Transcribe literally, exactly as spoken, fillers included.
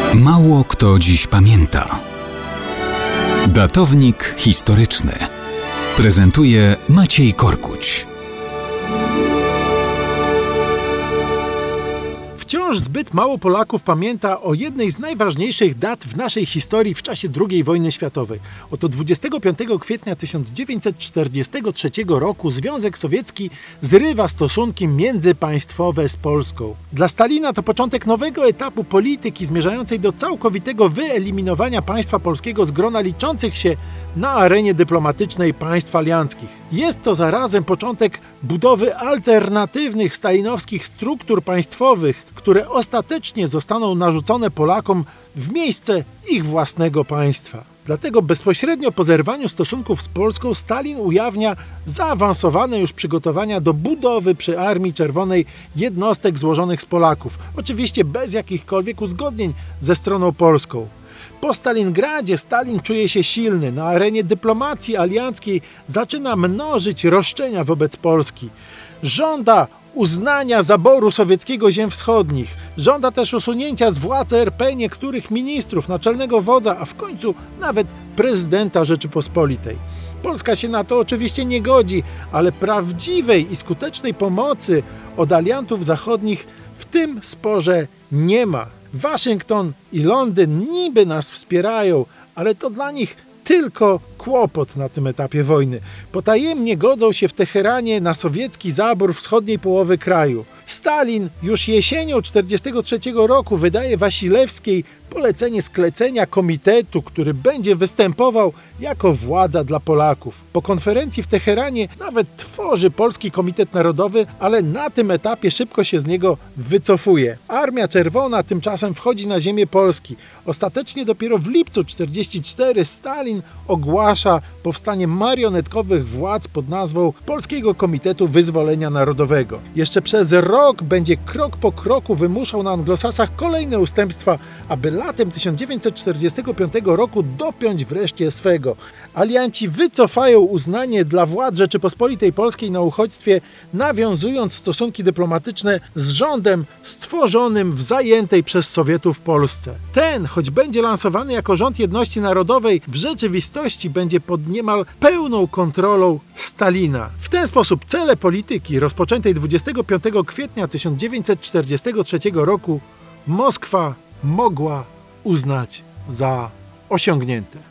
Mało kto dziś pamięta. Datownik historyczny prezentuje Maciej Korkuć. Wciąż zbyt mało Polaków pamięta o jednej z najważniejszych dat w naszej historii w czasie drugiej wojny światowej. Oto dwudziestego piątego kwietnia tysiąc dziewięćset czterdziestego trzeciego roku Związek Sowiecki zrywa stosunki międzypaństwowe z Polską. Dla Stalina to początek nowego etapu polityki zmierzającej do całkowitego wyeliminowania państwa polskiego z grona liczących się na arenie dyplomatycznej państw alianckich. Jest to zarazem początek budowy alternatywnych stalinowskich struktur państwowych, które ostatecznie zostaną narzucone Polakom w miejsce ich własnego państwa. Dlatego bezpośrednio po zerwaniu stosunków z Polską Stalin ujawnia zaawansowane już przygotowania do budowy przy Armii Czerwonej jednostek złożonych z Polaków, oczywiście bez jakichkolwiek uzgodnień ze stroną polską. Po Stalingradzie Stalin czuje się silny. Na arenie dyplomacji alianckiej zaczyna mnożyć roszczenia wobec Polski. Żąda uznania zaboru sowieckiego ziem wschodnich. Żąda też usunięcia z władzy er pe niektórych ministrów, naczelnego wodza, a w końcu nawet prezydenta Rzeczypospolitej. Polska się na to oczywiście nie godzi, ale prawdziwej i skutecznej pomocy od aliantów zachodnich w tym sporze nie ma. Waszyngton i Londyn niby nas wspierają, ale to dla nich tylko kłopot na tym etapie wojny. Potajemnie godzą się w Teheranie na sowiecki zabór wschodniej połowy kraju. Stalin już jesienią tysiąc dziewięćset czterdziestego trzeciego roku wydaje Wasilewskiej polecenie sklecenia komitetu, który będzie występował jako władza dla Polaków. Po konferencji w Teheranie nawet tworzy Polski Komitet Narodowy, ale na tym etapie szybko się z niego wycofuje. Armia Czerwona tymczasem wchodzi na ziemię Polski. Ostatecznie dopiero w lipcu tysiąc dziewięćset czterdziestego czwartego Stalin ogłasza powstanie marionetkowych władz pod nazwą Polskiego Komitetu Wyzwolenia Narodowego. Jeszcze przez rok będzie krok po kroku wymuszał na anglosasach kolejne ustępstwa, aby latem tysiąc dziewięćset czterdziestego piątego roku dopiąć wreszcie swego. Alianci wycofają uznanie dla władz Rzeczypospolitej Polskiej na uchodźstwie, nawiązując stosunki dyplomatyczne z rządem stworzonym w zajętej przez Sowietów Polsce. Ten, choć będzie lansowany jako rząd jedności narodowej, w rzeczywistości będzie pod niemal pełną kontrolą Stalina. W ten sposób cele polityki rozpoczętej dwudziestego piątego kwietnia tysiąc dziewięćset czterdziestego trzeciego roku Moskwa mogła uznać za osiągnięte.